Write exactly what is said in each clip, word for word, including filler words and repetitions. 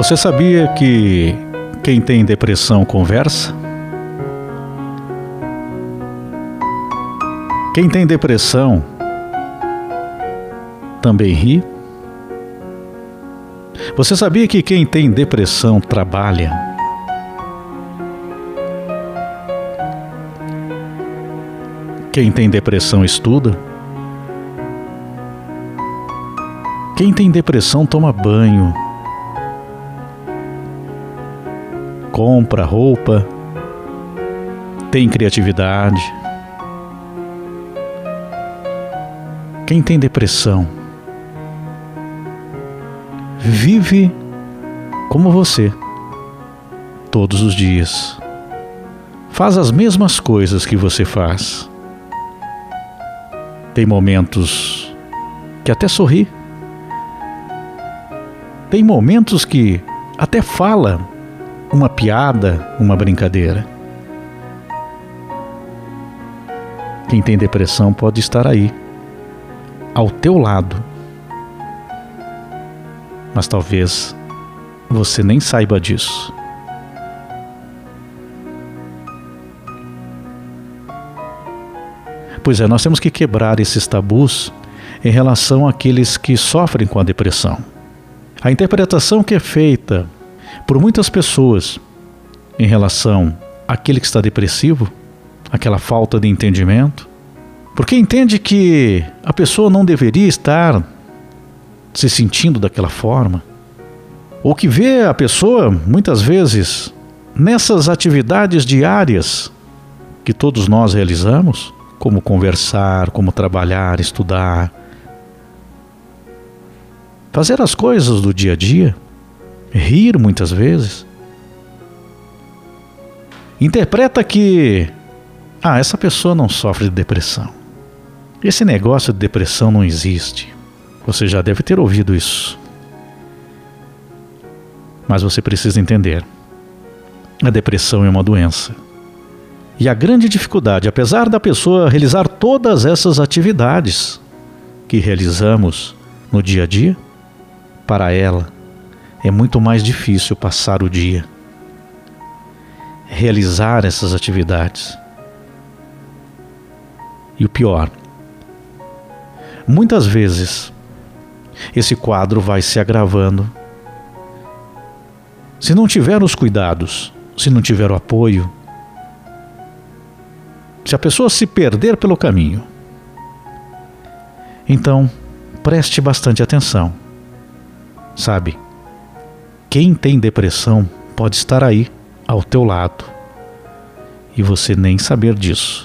Você sabia que quem tem depressão conversa? Quem tem depressão também ri? Você sabia que quem tem depressão trabalha? Quem tem depressão estuda? Quem tem depressão toma banho, compra roupa, tem criatividade. Quem tem depressão vive como você, todos os dias. Faz as mesmas coisas que você faz. Tem momentos que até sorri. Tem momentos que até fala uma piada, uma brincadeira. Quem tem depressão pode estar aí, ao teu lado. Mas talvez você nem saiba disso. Pois é, nós temos que quebrar esses tabus em relação àqueles que sofrem com a depressão. A interpretação que é feita por muitas pessoas em relação àquele que está depressivo, aquela falta de entendimento, porque entende que a pessoa não deveria estar se sentindo daquela forma, ou que vê a pessoa, muitas vezes, nessas atividades diárias que todos nós realizamos, como conversar, como trabalhar, estudar, fazer as coisas do dia a dia, rir muitas vezes, interpreta que, ah, essa pessoa não sofre de depressão. Esse negócio de depressão não existe. Você já deve ter ouvido isso. Mas você precisa entender. A depressão é uma doença. E a grande dificuldade, apesar da pessoa realizar todas essas atividades que realizamos no dia a dia, para ela é muito mais difícil passar o dia, realizar essas atividades. E o pior, muitas vezes esse quadro vai se agravando. Se não tiver os cuidados, se não tiver o apoio, se a pessoa se perder pelo caminho, então preste bastante atenção. Sabe, quem tem depressão pode estar aí, ao teu lado, e você nem saber disso.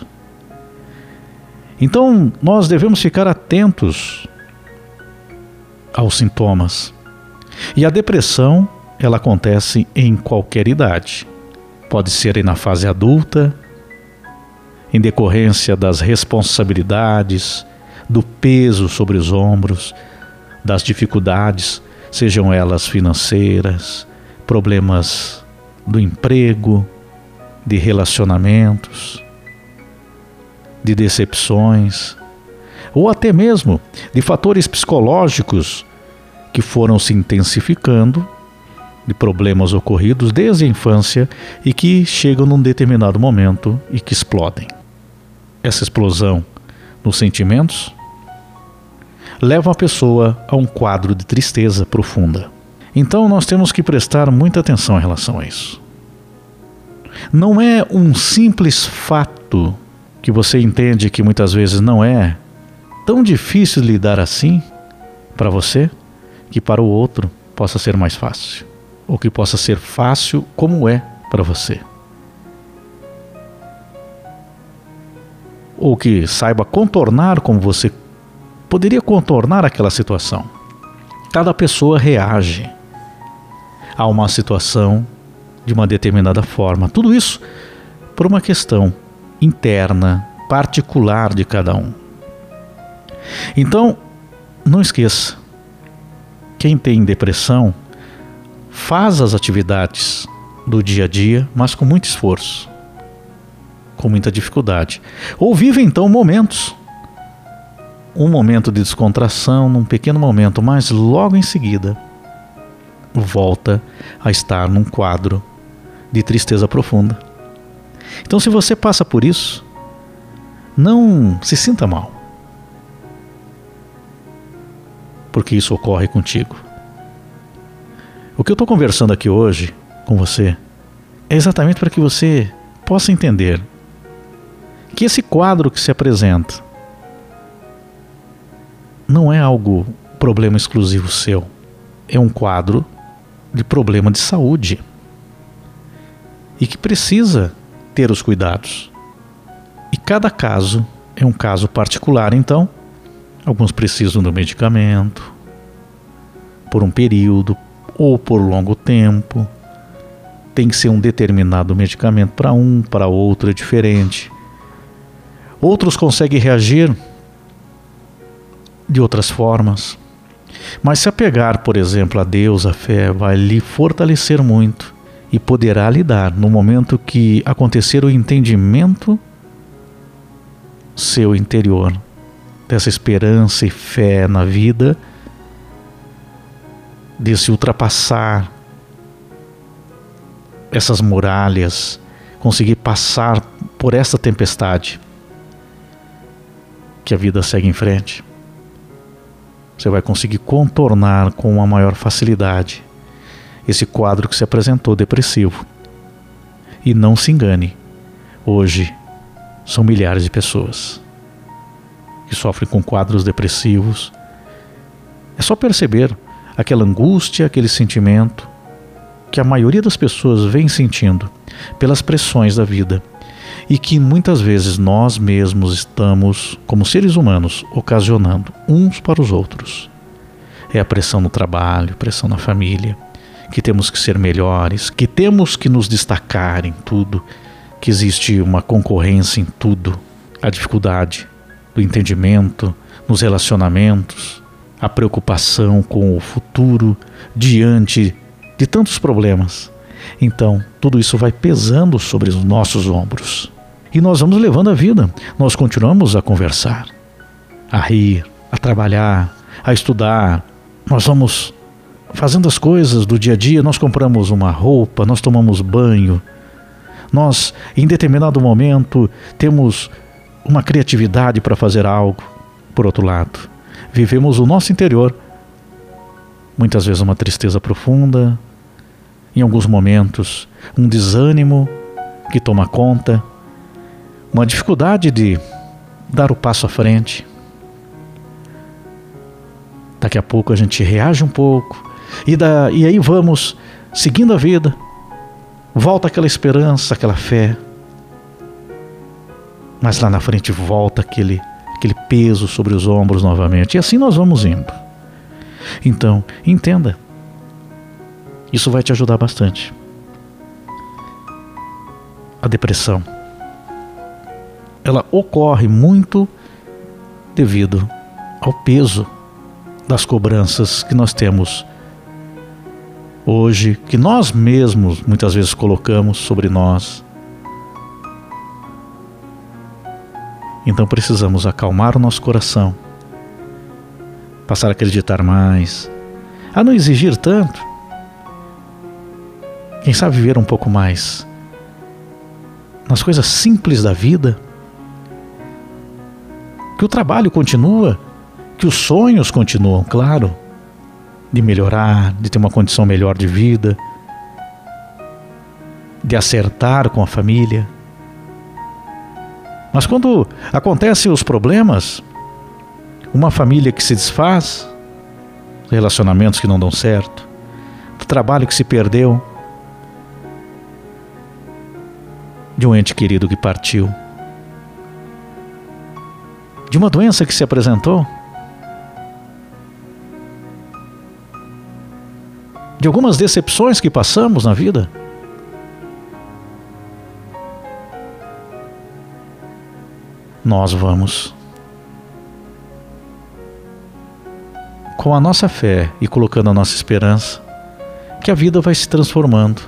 Então, nós devemos ficar atentos aos sintomas. E a depressão, ela acontece em qualquer idade. Pode ser na fase adulta, em decorrência das responsabilidades, do peso sobre os ombros, das dificuldades, sejam elas financeiras, problemas do emprego, de relacionamentos, de decepções, ou até mesmo de fatores psicológicos que foram se intensificando, de problemas ocorridos desde a infância e que chegam num determinado momento e que explodem. Essa explosão nos sentimentos leva a pessoa a um quadro de tristeza profunda. Então nós temos que prestar muita atenção em relação a isso. Não é um simples fato que você entende que muitas vezes não é tão difícil lidar assim para você, que para o outro possa ser mais fácil, ou que possa ser fácil como é para você, ou que saiba contornar como você poderia contornar aquela situação. Cada pessoa reage a uma situação de uma determinada forma. Tudo isso por uma questão interna, particular de cada um. Então, não esqueça, quem tem depressão faz as atividades do dia a dia, mas com muito esforço, com muita dificuldade. Ou vive então momentos, um momento de descontração, num pequeno momento, mas logo em seguida, volta a estar num quadro de tristeza profunda. Então, se você passa por isso, não se sinta mal, porque isso ocorre contigo. O que eu estou conversando aqui hoje com você é exatamente para que você possa entender que esse quadro que se apresenta não é algo, problema exclusivo seu. É um quadro de problema de saúde e que precisa ter os cuidados. E cada caso é um caso particular, então alguns precisam do medicamento por um período ou por longo tempo. Tem que ser um determinado medicamento para um, para outro é diferente. Outros conseguem reagir de outras formas. Mas se apegar, por exemplo, a Deus, a fé, vai lhe fortalecer muito e poderá lhe dar, no momento que acontecer o entendimento seu interior, dessa esperança e fé na vida, de se ultrapassar essas muralhas, conseguir passar por essa tempestade, que a vida segue em frente. Você vai conseguir contornar com uma maior facilidade esse quadro que se apresentou depressivo. E não se engane, hoje são milhares de pessoas que sofrem com quadros depressivos. É só perceber aquela angústia, aquele sentimento que a maioria das pessoas vem sentindo pelas pressões da vida e que muitas vezes nós mesmos estamos, como seres humanos, ocasionando uns para os outros. É a pressão no trabalho, pressão na família, que temos que ser melhores, que temos que nos destacar em tudo, que existe uma concorrência em tudo, a dificuldade do entendimento nos relacionamentos, a preocupação com o futuro diante de tantos problemas. Então, tudo isso vai pesando sobre os nossos ombros. E nós vamos levando a vida. Nós continuamos a conversar, a rir, a trabalhar, a estudar. Nós vamos fazendo as coisas do dia a dia. Nós compramos uma roupa, nós tomamos banho. Nós, em determinado momento, temos uma criatividade para fazer algo. Por outro lado, vivemos o nosso interior. Muitas vezes uma tristeza profunda, em alguns momentos um desânimo que toma conta, uma dificuldade de dar o passo à frente. Daqui a pouco a gente reage um pouco e, da, e aí vamos seguindo a vida, volta aquela esperança, aquela fé, mas lá na frente volta aquele, aquele peso sobre os ombros novamente, e assim nós vamos indo. Então, entenda, isso vai te ajudar bastante. A depressão, ela ocorre muito devido ao peso das cobranças que nós temos hoje, que nós mesmos muitas vezes colocamos sobre nós. Então precisamos acalmar o nosso coração, passar a acreditar mais, a não exigir tanto. Quem sabe viver um pouco mais nas coisas simples da vida, que o trabalho continua, que os sonhos continuam, claro, de melhorar, de ter uma condição melhor de vida, de acertar com a família. Mas quando acontecem os problemas, uma família que se desfaz, relacionamentos que não dão certo, do trabalho que se perdeu, de um ente querido que partiu, de uma doença que se apresentou, de algumas decepções que passamos na vida, nós vamos, com a nossa fé e colocando a nossa esperança, que a vida vai se transformando.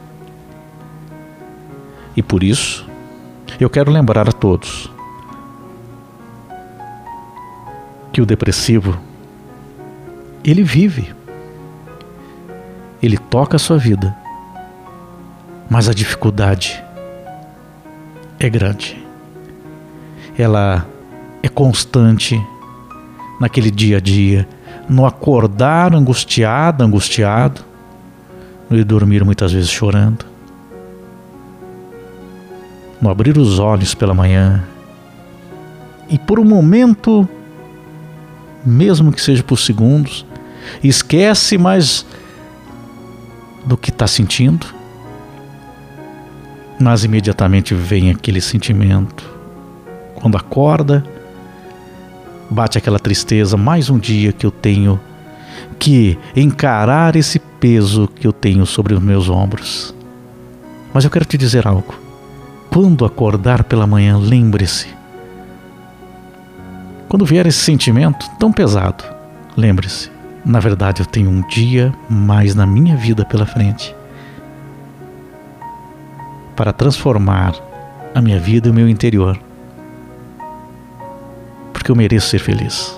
E por isso, eu quero lembrar a todos que o depressivo, ele vive. Ele toca a sua vida, mas a dificuldade é grande. Ela é constante naquele dia a dia, no acordar angustiado, angustiado, no ir dormir muitas vezes chorando, no abrir os olhos pela manhã e por um momento, mesmo que seja por segundos, esquece mais do que está sentindo, mas imediatamente vem aquele sentimento. Quando acorda, bate aquela tristeza, mais um dia que eu tenho que encarar esse peso que eu tenho sobre os meus ombros. Mas eu quero te dizer algo. Quando acordar pela manhã, lembre-se. Quando vier esse sentimento tão pesado, lembre-se, na verdade eu tenho um dia mais na minha vida pela frente para transformar a minha vida e o meu interior, porque eu mereço ser feliz.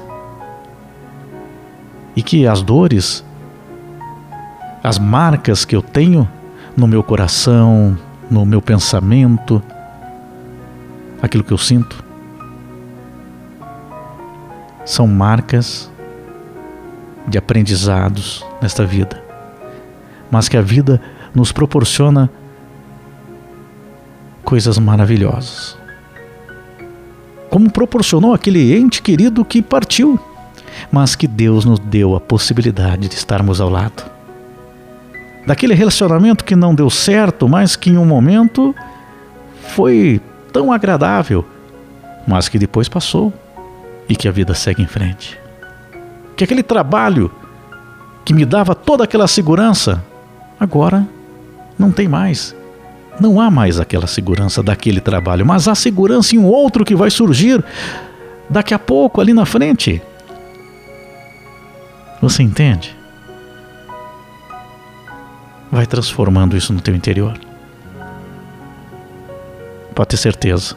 E que as dores, as marcas que eu tenho no meu coração, no meu pensamento, aquilo que eu sinto, são marcas de aprendizados nesta vida, mas que a vida nos proporciona coisas maravilhosas, como proporcionou aquele ente querido que partiu, mas que Deus nos deu a possibilidade de estarmos ao lado. Daquele relacionamento que não deu certo, mas que em um momento foi tão agradável, mas que depois passou e que a vida segue em frente. Que aquele trabalho que me dava toda aquela segurança, agora não tem mais. Não há mais aquela segurança daquele trabalho, mas há segurança em um outro que vai surgir daqui a pouco, ali na frente. Você entende? Vai transformando isso no teu interior. Pode ter certeza.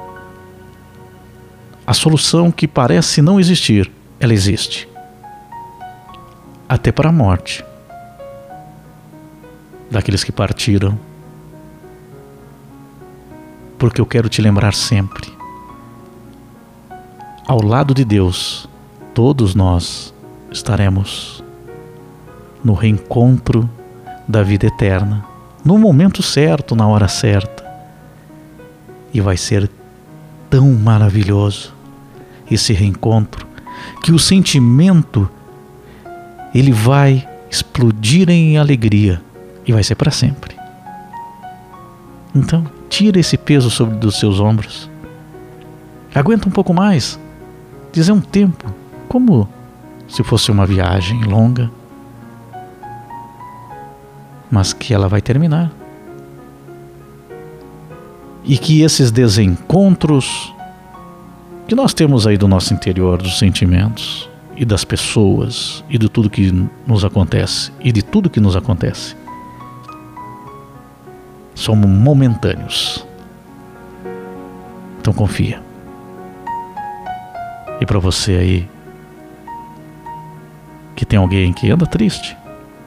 A solução que parece não existir, ela existe. Até para a morte daqueles que partiram. Porque eu quero te lembrar sempre, ao lado de Deus, todos nós estaremos no reencontro da vida eterna, no momento certo, na hora certa. E vai ser tão maravilhoso esse reencontro, que o sentimento ele vai explodir em alegria e vai ser para sempre. Então, tira esse peso sobre dos seus ombros. Aguenta um pouco mais. Dizer um tempo, como se fosse uma viagem longa, mas que ela vai terminar. E que esses desencontros que nós temos aí do nosso interior, dos sentimentos e das pessoas e de tudo que nos acontece e de tudo que nos acontece, são momentâneos. Então confia. E para você aí que tem alguém que anda triste,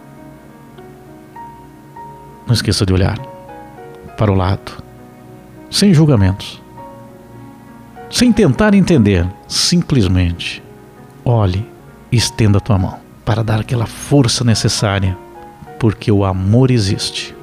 não esqueça de olhar para o lado, sem julgamentos, sem tentar entender, simplesmente olhe e estenda a tua mão para dar aquela força necessária, porque o amor existe.